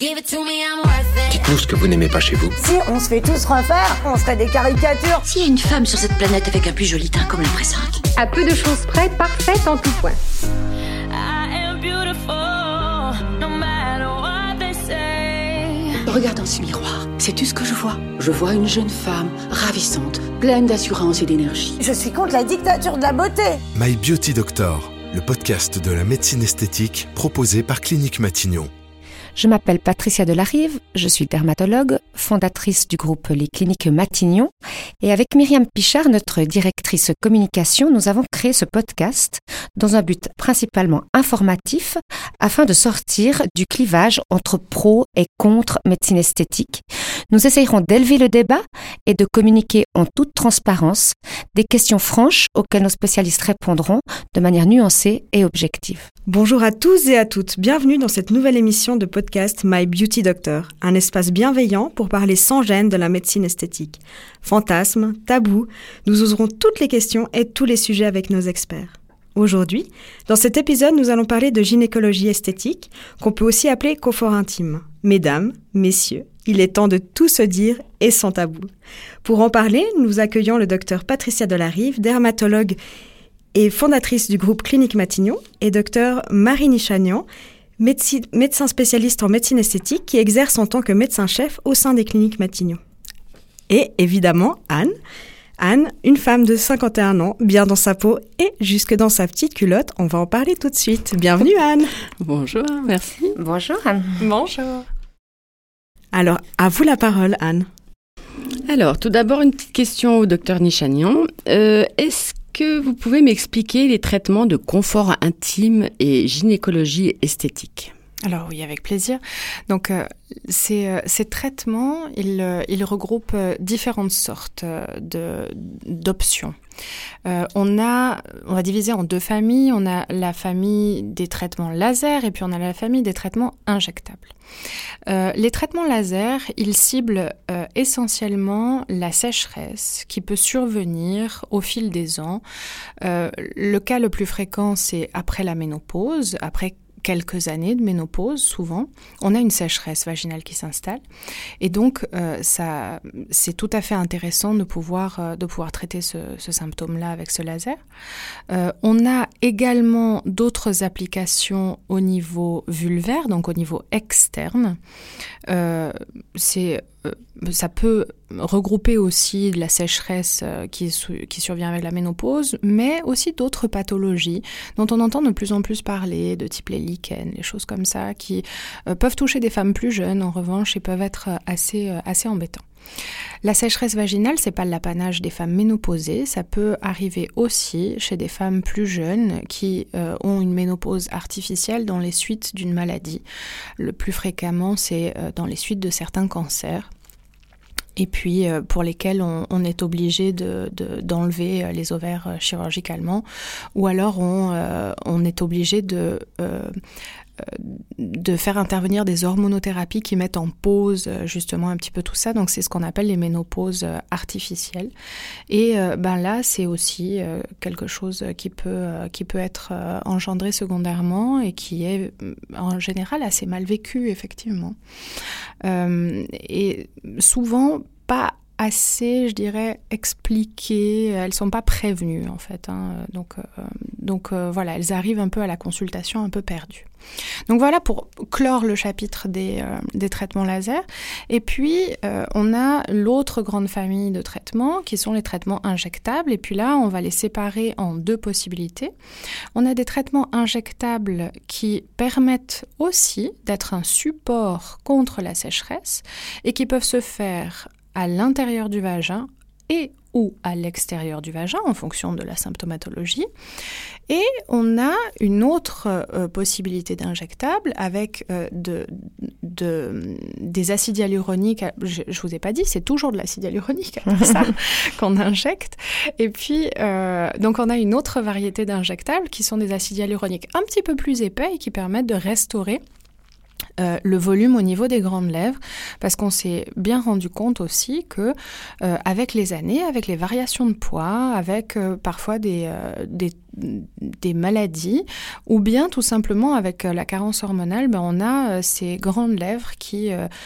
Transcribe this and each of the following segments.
Dites-nous ce que vous n'aimez pas chez vous. Si on se fait tous refaire, on serait des caricatures. S'il y a une femme sur cette planète avec un plus joli teint comme la présente. À peu de choses près, parfaite en tout point. Regarde dans ce miroir. Sais-tu ce que je vois ? Je vois une jeune femme ravissante, pleine d'assurance et d'énergie. Je suis contre la dictature de la beauté. My Beauty Doctor, le podcast de la médecine esthétique proposé par Clinique Matignon. Je m'appelle Patricia Delarive, je suis dermatologue, fondatrice du groupe Les Cliniques Matignon. Et avec Myriam Pichard, notre directrice communication, nous avons créé ce podcast dans un but principalement informatif afin de sortir du clivage entre pro et contre médecine esthétique. Nous essayerons d'élever le débat et de communiquer en toute transparence des questions franches auxquelles nos spécialistes répondront de manière nuancée et objective. Bonjour à tous et à toutes, bienvenue dans cette nouvelle émission de podcast My Beauty Doctor, un espace bienveillant pour parler sans gêne de la médecine esthétique. Fantasmes, tabous, nous oserons toutes les questions et tous les sujets avec nos experts. Aujourd'hui, dans cet épisode, nous allons parler de gynécologie esthétique, qu'on peut aussi appeler confort intime. Mesdames, messieurs, il est temps de tout se dire et sans tabou. Pour en parler, nous accueillons le docteur Patricia Delarive, dermatologue et fondatrice du groupe Clinique Matignon, et docteur Marie Nichanian, médecin spécialiste en médecine esthétique qui exerce en tant que médecin-chef au sein des Cliniques Matignon. Et évidemment, Anne, une femme de 51 ans, bien dans sa peau et jusque dans sa petite culotte. On va en parler tout de suite. Bienvenue Anne. Bonjour, merci. Bonjour Anne. Bonjour. Alors, à vous la parole Anne. Alors, tout d'abord, une petite question au docteur Nichanian. Est-ce que vous pouvez m'expliquer les traitements de confort intime et gynécologie esthétique ? Alors oui, avec plaisir. Donc ces traitements, ils regroupent différentes sortes d'options. On va diviser en deux familles. On a la famille des traitements laser et puis on a la famille des traitements injectables. Les traitements laser, ils ciblent essentiellement la sécheresse qui peut survenir au fil des ans. Le cas le plus fréquent, c'est après la ménopause, après quelques années de ménopause, souvent, on a une sécheresse vaginale qui s'installe. Et donc, c'est tout à fait intéressant de pouvoir traiter ce symptôme-là avec ce laser. On a également d'autres applications au niveau vulvaire, donc au niveau externe. Ça peut regrouper aussi de la sécheresse qui survient avec la ménopause, mais aussi d'autres pathologies dont on entend de plus en plus parler, de type les lichens, les choses comme ça, qui peuvent toucher des femmes plus jeunes, en revanche, et peuvent être assez embêtants. La sécheresse vaginale, c'est pas l'apanage des femmes ménopausées, ça peut arriver aussi chez des femmes plus jeunes qui ont une ménopause artificielle dans les suites d'une maladie. Le plus fréquemment, c'est dans les suites de certains cancers. Et puis pour lesquels on est obligé d'enlever les ovaires chirurgicalement, ou alors on est obligé de faire intervenir des hormonothérapies qui mettent en pause justement un petit peu tout ça. Donc c'est ce qu'on appelle les ménopauses artificielles. Et là, c'est aussi quelque chose qui peut être engendré secondairement et qui est en général assez mal vécu, effectivement. Et souvent pas assez, je dirais, expliquées, elles sont pas prévenues en fait. Donc voilà, elles arrivent un peu à la consultation un peu perdues. Donc voilà pour clore le chapitre des traitements laser. Et puis on a l'autre grande famille de traitements qui sont les traitements injectables. Et puis là, on va les séparer en deux possibilités. On a des traitements injectables qui permettent aussi d'être un support contre la sécheresse et qui peuvent se faire à l'intérieur du vagin et ou à l'extérieur du vagin en fonction de la symptomatologie. Et on a une autre possibilité d'injectable avec des acides hyaluroniques. Je vous ai pas dit, c'est toujours de l'acide hyaluronique après ça qu'on injecte. Et puis, donc on a une autre variété d'injectables qui sont des acides hyaluroniques un petit peu plus épais et qui permettent de restaurer le volume au niveau des grandes lèvres, parce qu'on s'est bien rendu compte aussi que avec les années, avec les variations de poids, avec parfois des des maladies, ou bien tout simplement avec la carence hormonale, on a ces grandes lèvres qui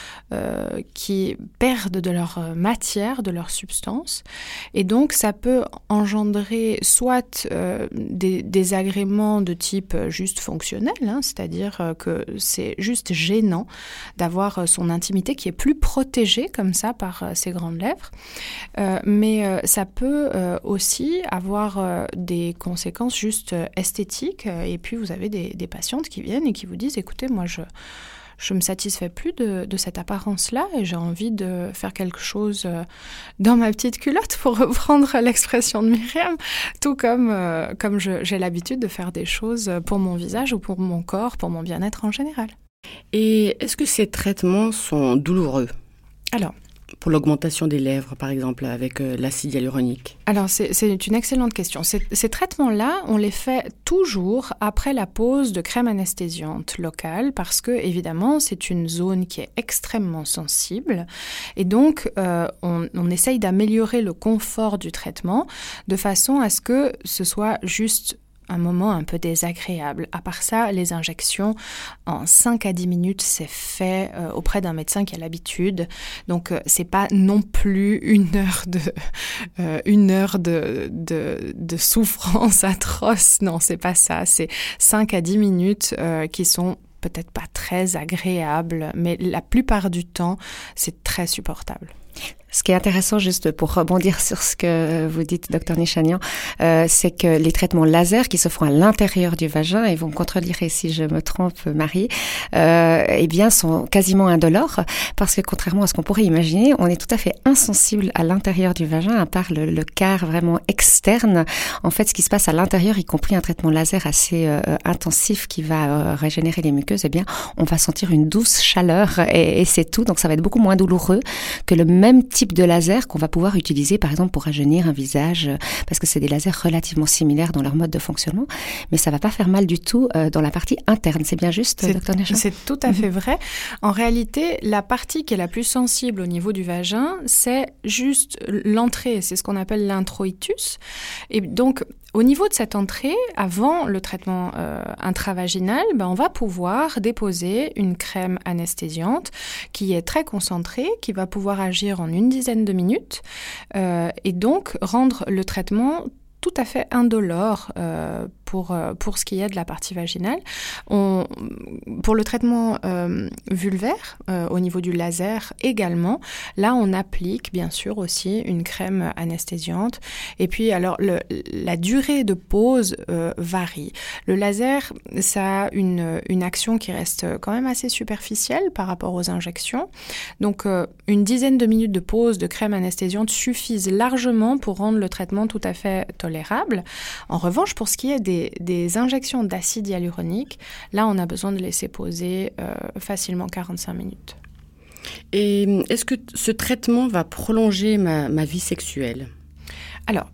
perdent de leur matière, de leur substance, et donc ça peut engendrer soit des désagréments de type juste fonctionnel, c'est-à-dire que c'est juste gênant d'avoir son intimité qui est plus protégée comme ça par ces grandes lèvres, mais ça peut aussi avoir des conséquences juste esthétiques, et puis vous avez des patientes qui viennent et qui vous disent « Écoutez, moi je me satisfais plus de cette apparence-là et j'ai envie de faire quelque chose dans ma petite culotte, pour reprendre l'expression de Myriam, tout comme j'ai l'habitude de faire des choses pour mon visage ou pour mon corps, pour mon bien-être en général. » Et est-ce que ces traitements sont douloureux ? Alors, pour l'augmentation des lèvres, par exemple, avec l'acide hyaluronique? Alors, c'est une excellente question. Ces traitements-là, on les fait toujours après la pose de crème anesthésiante locale parce que, évidemment, c'est une zone qui est extrêmement sensible. Et donc, on essaye d'améliorer le confort du traitement de façon à ce que ce soit juste un moment un peu désagréable. À part ça, les injections, en 5 à 10 minutes, c'est fait auprès d'un médecin qui a l'habitude. Donc, c'est pas non plus une heure de souffrance atroce. Non, c'est pas ça. C'est 5 à 10 minutes qui sont peut-être pas très agréables, mais la plupart du temps, c'est très supportable. Ce qui est intéressant, juste pour rebondir sur ce que vous dites, Dr Nichanian, c'est que les traitements laser qui se font à l'intérieur du vagin, et vous me contredirez si je me trompe, Marie, eh bien, sont quasiment indolores, parce que contrairement à ce qu'on pourrait imaginer, on est tout à fait insensible à l'intérieur du vagin, à part le quart vraiment externe. En fait, ce qui se passe à l'intérieur, y compris un traitement laser assez intensif qui va régénérer les muqueuses, eh bien, on va sentir une douce chaleur et c'est tout. Donc, ça va être beaucoup moins douloureux que le même type de laser qu'on va pouvoir utiliser par exemple pour rajeunir un visage, parce que c'est des lasers relativement similaires dans leur mode de fonctionnement, mais ça va pas faire mal du tout dans la partie interne. C'est bien juste, Dr Nichanian ? C'est tout à fait vrai. En réalité, la partie qui est la plus sensible au niveau du vagin, c'est juste l'entrée, c'est ce qu'on appelle l'introïtus. Et donc, au niveau de cette entrée, avant le traitement intravaginal, on va pouvoir déposer une crème anesthésiante qui est très concentrée, qui va pouvoir agir en une dizaine de minutes et donc rendre le traitement tout à fait indolore pour ce qui est de la partie vaginale. Pour le traitement vulvaire, au niveau du laser également, là on applique bien sûr aussi une crème anesthésiante. Et puis alors la durée de pose varie. Le laser, ça a une action qui reste quand même assez superficielle par rapport aux injections. Donc une dizaine de minutes de pose de crème anesthésiante suffisent largement pour rendre le traitement tout à fait tolérable. En revanche, pour ce qui est des injections d'acide hyaluronique, là, on a besoin de laisser poser facilement 45 minutes. Et est-ce que ce traitement va prolonger ma vie sexuelle ? Alors,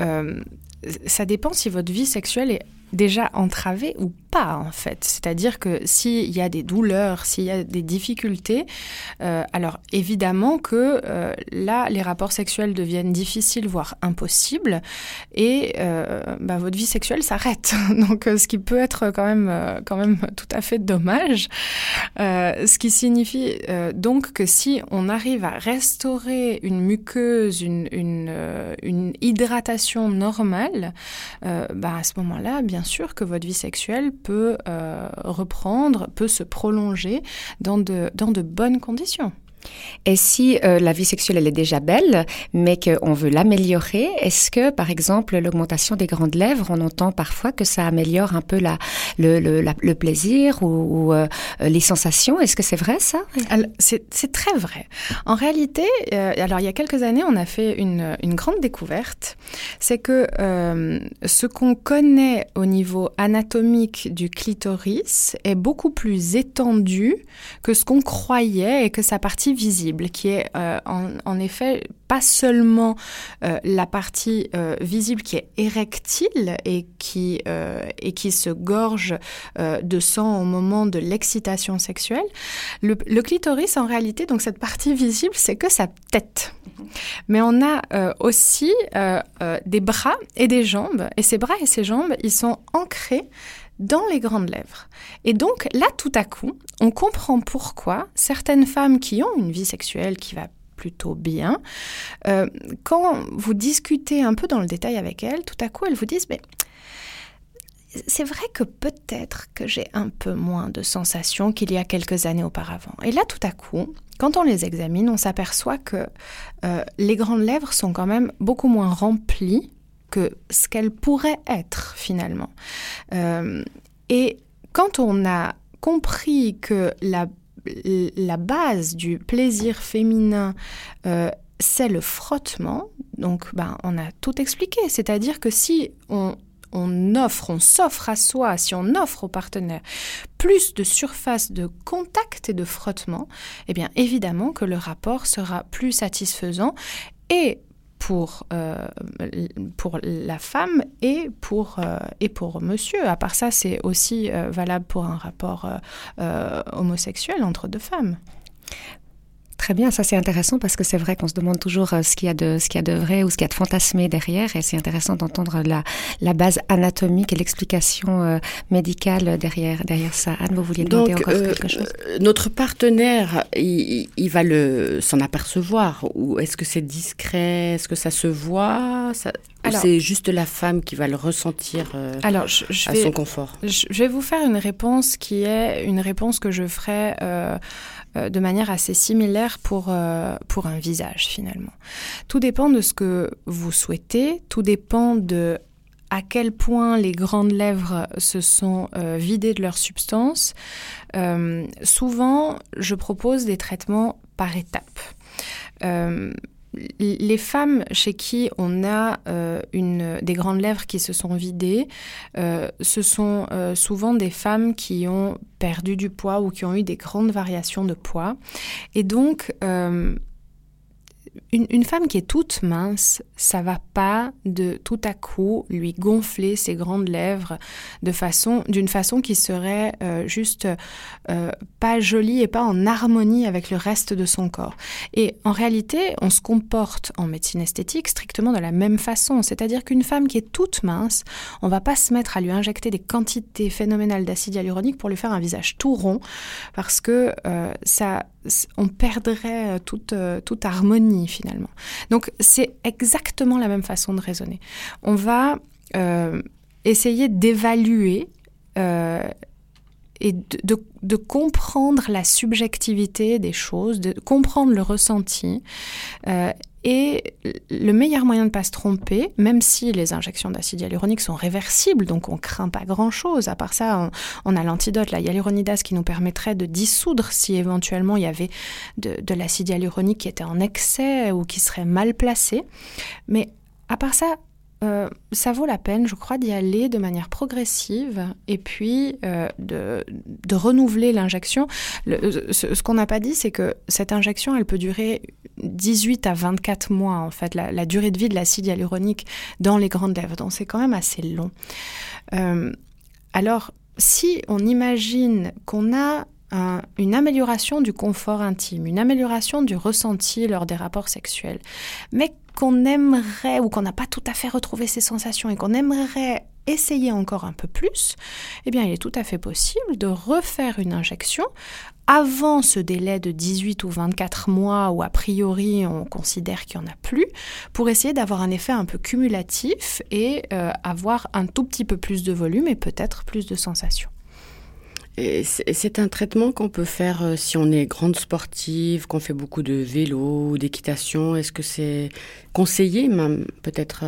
ça dépend si votre vie sexuelle est déjà entravée ou pas, en fait. C'est-à-dire que s'il y a des douleurs, s'il y a des difficultés, alors évidemment que là, les rapports sexuels deviennent difficiles, voire impossibles, et votre vie sexuelle s'arrête. Donc, ce qui peut être quand même tout à fait dommage. Ce qui signifie donc que si on arrive à restaurer une muqueuse, une hydratation normale, à ce moment-là, bien sûr que votre vie sexuelle peut reprendre, peut se prolonger dans de bonnes conditions. Et si la vie sexuelle elle est déjà belle, mais qu'on veut l'améliorer, est-ce que, par exemple, l'augmentation des grandes lèvres, on entend parfois que ça améliore un peu le plaisir ou les sensations. Est-ce que c'est vrai, ça ? Alors, c'est très vrai. En réalité, alors il y a quelques années, on a fait une grande découverte. C'est que ce qu'on connaît au niveau anatomique du clitoris est beaucoup plus étendu que ce qu'on croyait et que sa partie partie visible, qui est en effet pas seulement la partie visible qui est érectile et qui se gorge de sang au moment de l'excitation sexuelle. Le clitoris, en réalité, donc cette partie visible, c'est que sa tête. Mais on a aussi des bras et des jambes, et ces bras et ces jambes, ils sont ancrés dans les grandes lèvres. Et donc là, tout à coup, on comprend pourquoi certaines femmes qui ont une vie sexuelle qui va plutôt bien, quand vous discutez un peu dans le détail avec elles, tout à coup, elles vous disent « c'est vrai que peut-être que j'ai un peu moins de sensations qu'il y a quelques années auparavant. » Et là, tout à coup, quand on les examine, on s'aperçoit que les grandes lèvres sont quand même beaucoup moins remplies que ce qu'elles pourraient être, finalement. Et quand on a compris que la base du plaisir féminin, c'est le frottement, donc on a tout expliqué. C'est-à-dire que si on s'offre à soi, si on offre au partenaire plus de surface de contact et de frottement, eh bien évidemment que le rapport sera plus satisfaisant et pour la femme et pour monsieur. À part ça, c'est aussi valable pour un rapport homosexuel entre deux femmes. Très bien, ça c'est intéressant parce que c'est vrai qu'on se demande toujours ce qu'il y a de vrai ou ce qu'il y a de fantasmé derrière, et c'est intéressant d'entendre la base anatomique et l'explication médicale derrière ça. Anne, vous vouliez demander encore quelque chose? Notre partenaire, il va s'en apercevoir, ou est-ce que c'est discret, est-ce que ça se voit, ou c'est juste la femme qui va le ressentir à son confort? Je vais vous faire une réponse qui est une réponse que je ferai de manière assez similaire pour un visage, finalement. Tout dépend de ce que vous souhaitez, tout dépend de à quel point les grandes lèvres se sont vidées de leur substance. Souvent, je propose des traitements par étapes. Les femmes chez qui on a des grandes lèvres qui se sont vidées, ce sont souvent des femmes qui ont perdu du poids ou qui ont eu des grandes variations de poids. Et donc, une femme qui est toute mince, ça va pas de tout à coup lui gonfler ses grandes lèvres d'une façon qui serait juste pas jolie et pas en harmonie avec le reste de son corps. Et en réalité, on se comporte en médecine esthétique strictement de la même façon. C'est-à-dire qu'une femme qui est toute mince, on va pas se mettre à lui injecter des quantités phénoménales d'acide hyaluronique pour lui faire un visage tout rond, parce que on perdrait toute harmonie finalement. Donc c'est exactement la même façon de raisonner. On va essayer d'évaluer et de comprendre la subjectivité des choses, de comprendre le ressenti. Et le meilleur moyen de ne pas se tromper, même si les injections d'acide hyaluronique sont réversibles, donc on ne craint pas grand-chose. À part ça, on a l'antidote, la hyaluronidase, qui nous permettrait de dissoudre si éventuellement il y avait de l'acide hyaluronique qui était en excès ou qui serait mal placé. Mais à part ça, ça vaut la peine, je crois, d'y aller de manière progressive et puis de renouveler l'injection. Ce qu'on n'a pas dit, c'est que cette injection, elle peut durer 18 à 24 mois, en fait, la durée de vie de l'acide hyaluronique dans les grandes lèvres. Donc, c'est quand même assez long. Alors, si on imagine qu'on a une amélioration du confort intime, une amélioration du ressenti lors des rapports sexuels, mais qu'on aimerait, ou qu'on n'a pas tout à fait retrouvé ces sensations et qu'on aimerait essayer encore un peu plus, eh bien, il est tout à fait possible de refaire une injection avant ce délai de 18 ou 24 mois où a priori on considère qu'il n'y en a plus, pour essayer d'avoir un effet un peu cumulatif et avoir un tout petit peu plus de volume et peut-être plus de sensations. Et c'est un traitement qu'on peut faire si on est grande sportive, qu'on fait beaucoup de vélo, d'équitation. Est-ce que c'est conseillé même peut-être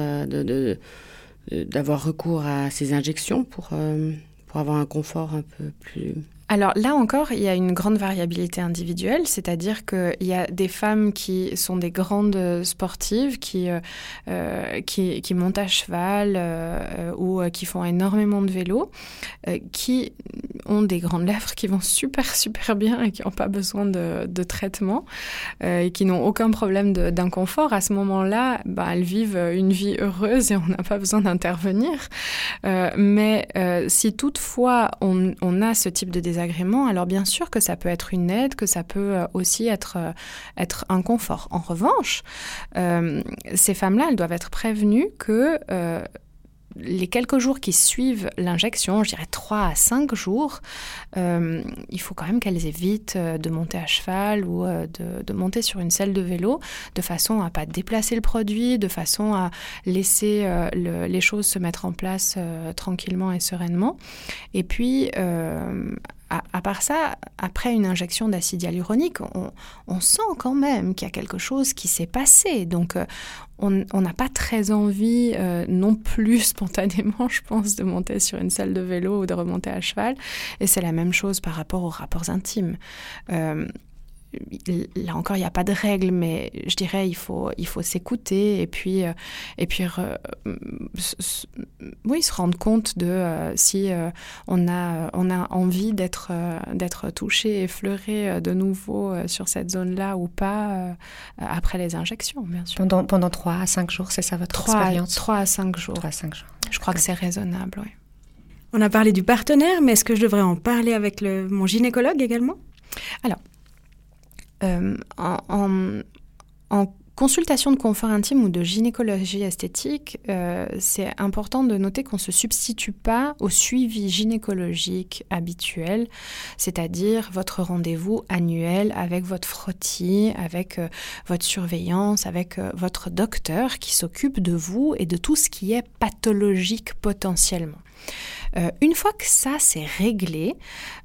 d'avoir recours à ces injections pour avoir un confort un peu plus Alors là encore, il y a une grande variabilité individuelle, c'est-à-dire qu'il y a des femmes qui sont des grandes sportives, qui montent à cheval ou qui font énormément de vélo, qui ont des grandes lèvres qui vont super bien et qui n'ont pas besoin de traitement et qui n'ont aucun problème d'inconfort. À ce moment-là, elles vivent une vie heureuse et on n'a pas besoin d'intervenir. Mais si toutefois on a ce type de désagrément, alors bien sûr que ça peut être une aide, que ça peut aussi être un confort. En revanche, ces femmes-là, elles doivent être prévenues que les quelques jours qui suivent l'injection, je dirais 3 à 5 jours, il faut quand même qu'elles évitent de monter à cheval ou de monter sur une selle de vélo de façon à ne pas déplacer le produit, de façon à laisser les choses se mettre en place tranquillement et sereinement. Et puis, à part ça, après une injection d'acide hyaluronique, on sent quand même qu'il y a quelque chose qui s'est passé. Donc, on n'a pas très envie non plus spontanément, je pense, de monter sur une selle de vélo ou de remonter à cheval. Et c'est la même chose par rapport aux rapports intimes. Là encore, il n'y a pas de règle, mais je dirais il faut s'écouter et puis se rendre compte de si on a envie d'être touché, effleuré de nouveau sur cette zone-là ou pas après les injections, bien sûr. Pendant 3 à 5 jours, c'est ça votre expérience? 3 à 5 jours. 3 à 5 jours. Je crois que c'est raisonnable, oui. On a parlé du partenaire, mais est-ce que je devrais en parler avec mon gynécologue également? Alors, en consultation de confort intime ou de gynécologie esthétique, c'est important de noter qu'on ne se substitue pas au suivi gynécologique habituel, c'est-à-dire votre rendez-vous annuel avec votre frottis, avec votre surveillance, avec votre docteur qui s'occupe de vous et de tout ce qui est pathologique potentiellement. Une fois que ça c'est réglé,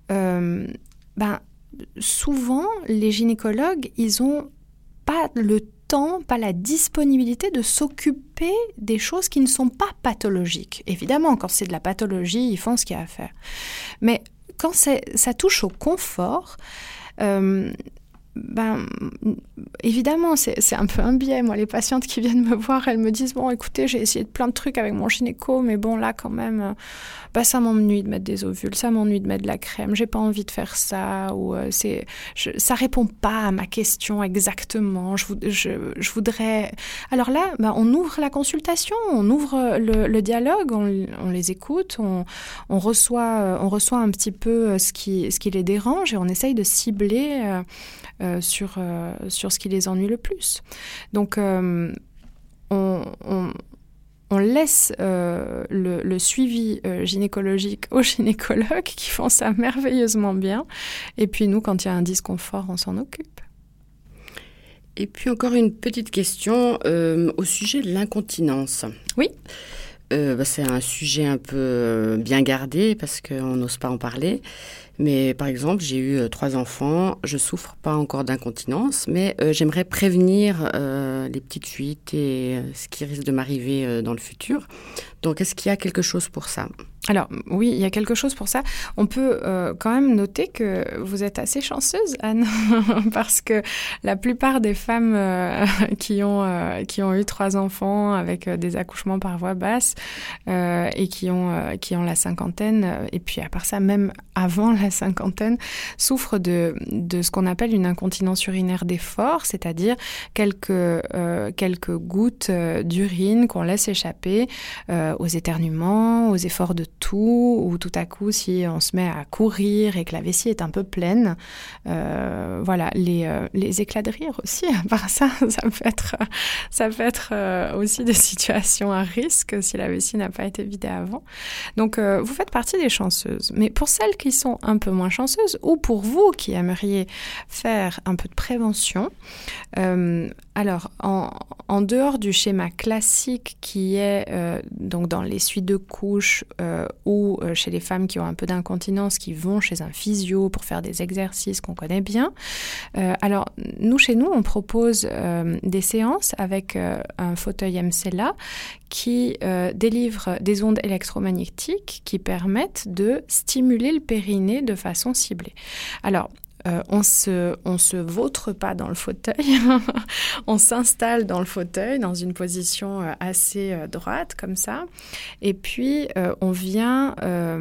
souvent, les gynécologues, ils n'ont pas le temps, pas la disponibilité de s'occuper des choses qui ne sont pas pathologiques. Évidemment, quand c'est de la pathologie, ils font ce qu'il y a à faire. Mais quand ça touche au confort, évidemment, c'est un peu un biais. Moi, les patientes qui viennent me voir, elles me disent « Bon, écoutez, j'ai essayé plein de trucs avec mon gynéco, mais bon, là, quand même, ça m'ennuie de mettre des ovules, ça m'ennuie de mettre de la crème, j'ai pas envie de faire ça, ou ça répond pas à ma question exactement, je voudrais... » Alors là, on ouvre la consultation, on ouvre le dialogue, on les écoute, on reçoit un petit peu ce qui les dérange et on essaye de cibler sur ce qui les ennuie le plus. Donc, on laisse le suivi gynécologique aux gynécologues qui font ça merveilleusement bien. Et puis nous, quand il y a un disconfort, on s'en occupe. Et puis encore une petite question au sujet de l'incontinence. Oui. C'est un sujet un peu bien gardé parce qu'on n'ose pas en parler. Mais par exemple, j'ai eu 3 enfants, je souffre pas encore d'incontinence, mais j'aimerais prévenir les petites fuites et ce qui risque de m'arriver dans le futur. Donc, est-ce qu'il y a quelque chose pour ça ? Alors, oui, il y a quelque chose pour ça. On peut quand même noter que vous êtes assez chanceuse, Anne, parce que la plupart des femmes qui ont eu 3 enfants avec des accouchements par voie basse et qui ont la cinquantaine, et puis à part ça, même avant la cinquantaine, souffrent de ce qu'on appelle une incontinence urinaire d'effort, c'est-à-dire quelques gouttes d'urine qu'on laisse échapper aux éternuements, aux efforts de toux, ou tout à coup, si on se met à courir et que la vessie est un peu pleine, voilà, les éclats de rire aussi, à part ça, ça peut être aussi des situations à risque si la vessie n'a pas été vidée avant. Donc, vous faites partie des chanceuses. Mais pour celles qui sont un peu moins chanceuses, ou pour vous qui aimeriez faire un peu de prévention, Alors, en dehors du schéma classique qui est donc dans les suites de couches ou chez les femmes qui ont un peu d'incontinence, qui vont chez un physio pour faire des exercices qu'on connaît bien. Alors, chez nous, on propose des séances avec un fauteuil MCLA qui délivre des ondes électromagnétiques qui permettent de stimuler le périnée de façon ciblée. Alors, on se vautre pas dans le fauteuil, on s'installe dans le fauteuil dans une position assez droite comme ça, et puis on vient,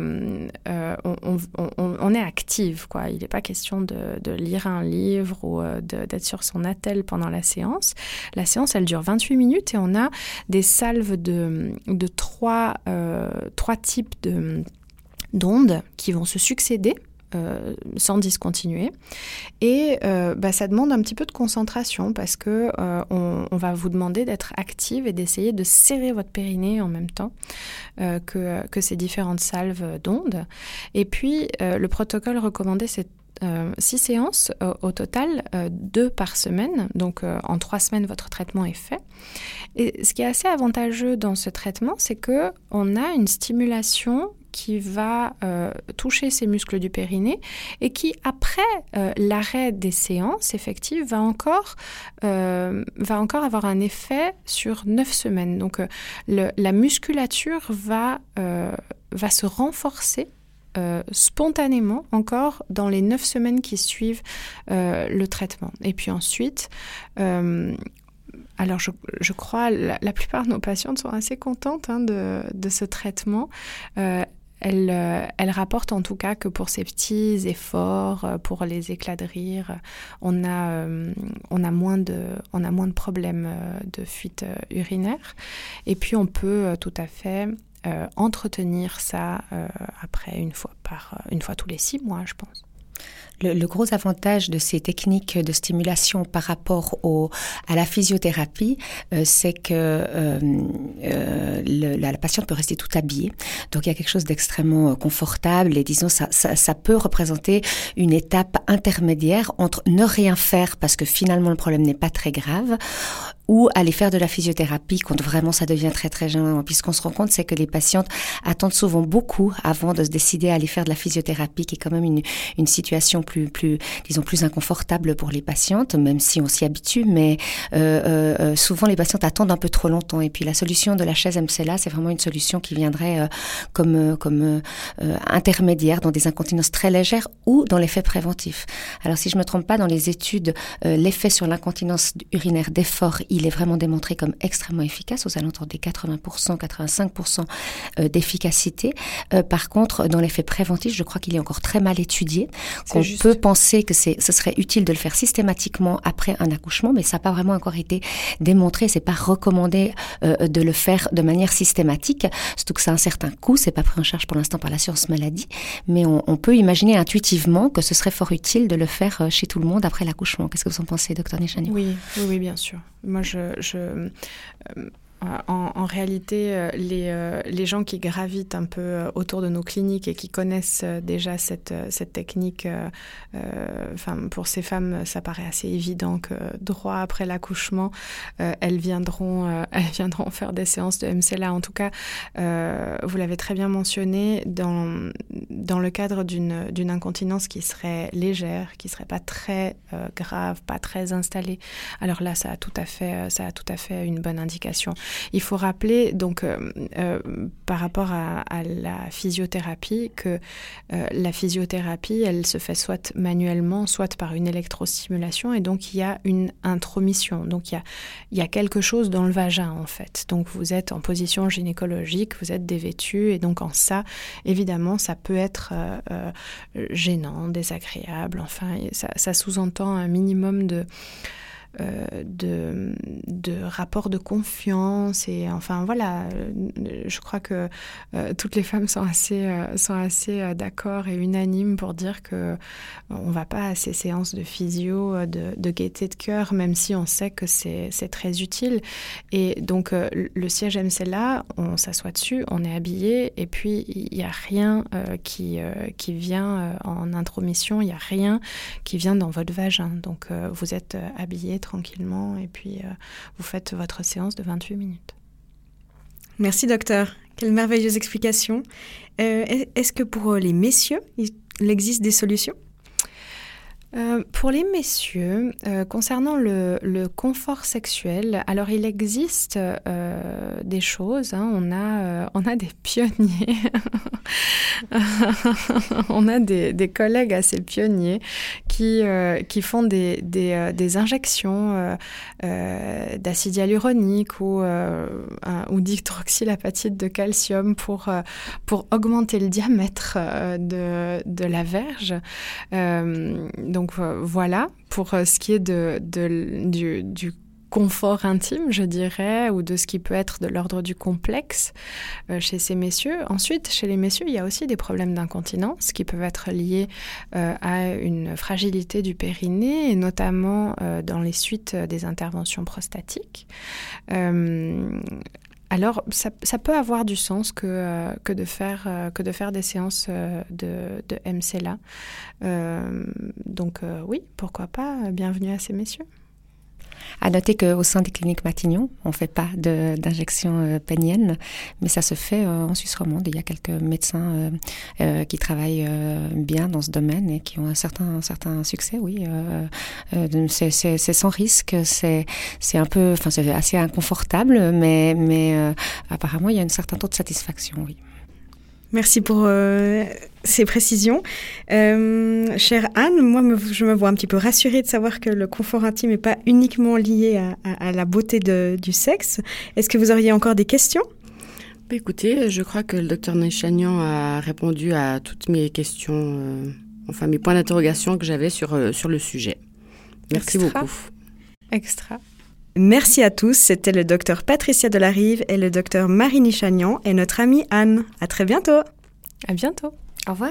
on est active, quoi. Il n'est pas question de lire un livre ou d'être sur son attel pendant la séance. La séance, elle dure 28 minutes et on a des salves de trois types d'ondes qui vont se succéder. Sans discontinuer, et ça demande un petit peu de concentration parce que on va vous demander d'être active et d'essayer de serrer votre périnée en même temps que ces différentes salves d'ondes. Et puis le protocole recommandé, c'est 6 séances au total, 2 par semaine. Donc en 3 semaines, votre traitement est fait. Et ce qui est assez avantageux dans ce traitement, c'est qu'on a une stimulation qui va toucher ces muscles du périnée et qui, après l'arrêt des séances effectives, va encore avoir un effet sur 9 semaines. Donc la musculature va se renforcer spontanément encore dans les 9 semaines qui suivent le traitement. Et puis ensuite... alors, je crois la plupart de nos patientes sont assez contentes de ce traitement. Elle rapporte en tout cas que pour ces petits efforts, pour les éclats de rire, on a moins de problèmes de fuite urinaire. Et puis, on peut tout à fait entretenir ça après une fois tous les 6 mois, je pense. Le gros avantage de ces techniques de stimulation par rapport à la physiothérapie, c'est que la patiente peut rester tout habillée. Donc il y a quelque chose d'extrêmement confortable et disons ça peut représenter une étape intermédiaire entre ne rien faire parce que finalement le problème n'est pas très grave, ou aller faire de la physiothérapie quand vraiment ça devient très très gênant. Puisqu'on se rend compte, c'est que les patientes attendent souvent beaucoup avant de se décider à aller faire de la physiothérapie, qui est quand même une situation plus inconfortable pour les patientes, même si on s'y habitue, mais souvent les patientes attendent un peu trop longtemps. Et puis la solution de la chaise MCLA, c'est vraiment une solution qui viendrait comme intermédiaire dans des incontinences très légères ou dans l'effet préventif. Alors si je me trompe pas, dans les études, l'effet sur l'incontinence urinaire d'effort, il est vraiment démontré comme extrêmement efficace, aux alentours des 80%, 85% d'efficacité. Par contre, dans l'effet préventif, je crois qu'il est encore très mal étudié. On peut penser que ce serait utile de le faire systématiquement après un accouchement, mais ça n'a pas vraiment encore été démontré. C'est pas recommandé de le faire de manière systématique, surtout que ça a un certain coût. C'est pas pris en charge pour l'instant par l'assurance maladie, mais on peut imaginer intuitivement que ce serait fort utile de le faire chez tout le monde après l'accouchement. Qu'est-ce que vous en pensez, Dr Nechani ? Oui, bien sûr. Moi, en réalité, les gens qui gravitent un peu autour de nos cliniques et qui connaissent déjà cette technique, pour ces femmes, ça paraît assez évident que droit après l'accouchement, elles viendront faire des séances de MCLA. En tout cas, vous l'avez très bien mentionné, dans le cadre d'une incontinence qui serait légère, qui serait pas très grave, pas très installée. Alors là, ça a tout à fait une bonne indication. Il faut rappeler donc par rapport à la physiothérapie que la physiothérapie, elle se fait soit manuellement, soit par une électrostimulation, et donc il y a une intromission. Donc il y a quelque chose dans le vagin en fait. Donc vous êtes en position gynécologique, vous êtes dévêtu, et donc en ça, évidemment, ça peut être gênant, désagréable. Enfin, ça sous-entend un minimum de rapport de confiance, et enfin voilà, je crois que toutes les femmes sont assez d'accord et unanimes pour dire que on va pas à ces séances de physio de gaieté de cœur, même si on sait que c'est très utile. Et donc le siège MCLA, on s'assoit dessus, on est habillé, et puis il y a rien qui vient en intromission, il y a rien qui vient dans votre vagin, donc vous êtes habillé tranquillement et puis vous faites votre séance de 28 minutes. Merci docteur, quelle merveilleuse explication. Est-ce que pour les messieurs, il existe des solutions ? Pour les messieurs, concernant le confort sexuel, alors il existe des choses. On a des pionniers, on a des collègues assez pionniers qui font des injections d'acide hyaluronique ou d'hydroxylapatite de calcium pour augmenter le diamètre de la verge. Donc voilà, pour ce qui est du confort intime, je dirais, ou de ce qui peut être de l'ordre du complexe chez ces messieurs. Ensuite, chez les messieurs, il y a aussi des problèmes d'incontinence qui peuvent être liés à une fragilité du périnée, et notamment dans les suites des interventions prostatiques. Alors, ça peut avoir du sens que de faire des séances de MCLA. Donc oui, pourquoi pas, bienvenue à ces messieurs. À noter qu'au sein des cliniques Matignon, on ne fait pas d'injection pénienne, mais ça se fait en Suisse romande. Il y a quelques médecins qui travaillent bien dans ce domaine et qui ont un certain succès, oui. C'est sans risque, c'est assez inconfortable, mais apparemment, il y a un certain taux de satisfaction, oui. Merci pour ces précisions. Chère Anne, moi, je me vois un petit peu rassurée de savoir que le confort intime n'est pas uniquement lié à la beauté du sexe. Est-ce que vous auriez encore des questions ? Écoutez, je crois que le docteur Nechanian a répondu à toutes mes questions, mes points d'interrogation que j'avais sur le sujet. Merci beaucoup. Extra. Merci à tous, c'était le docteur Patricia Delarive et le docteur Marie Nechanian et notre amie Anne. À très bientôt. À bientôt. Au revoir.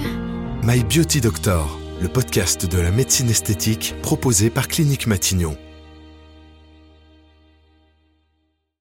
My Beauty Doctor, le podcast de la médecine esthétique proposé par Clinique Matignon.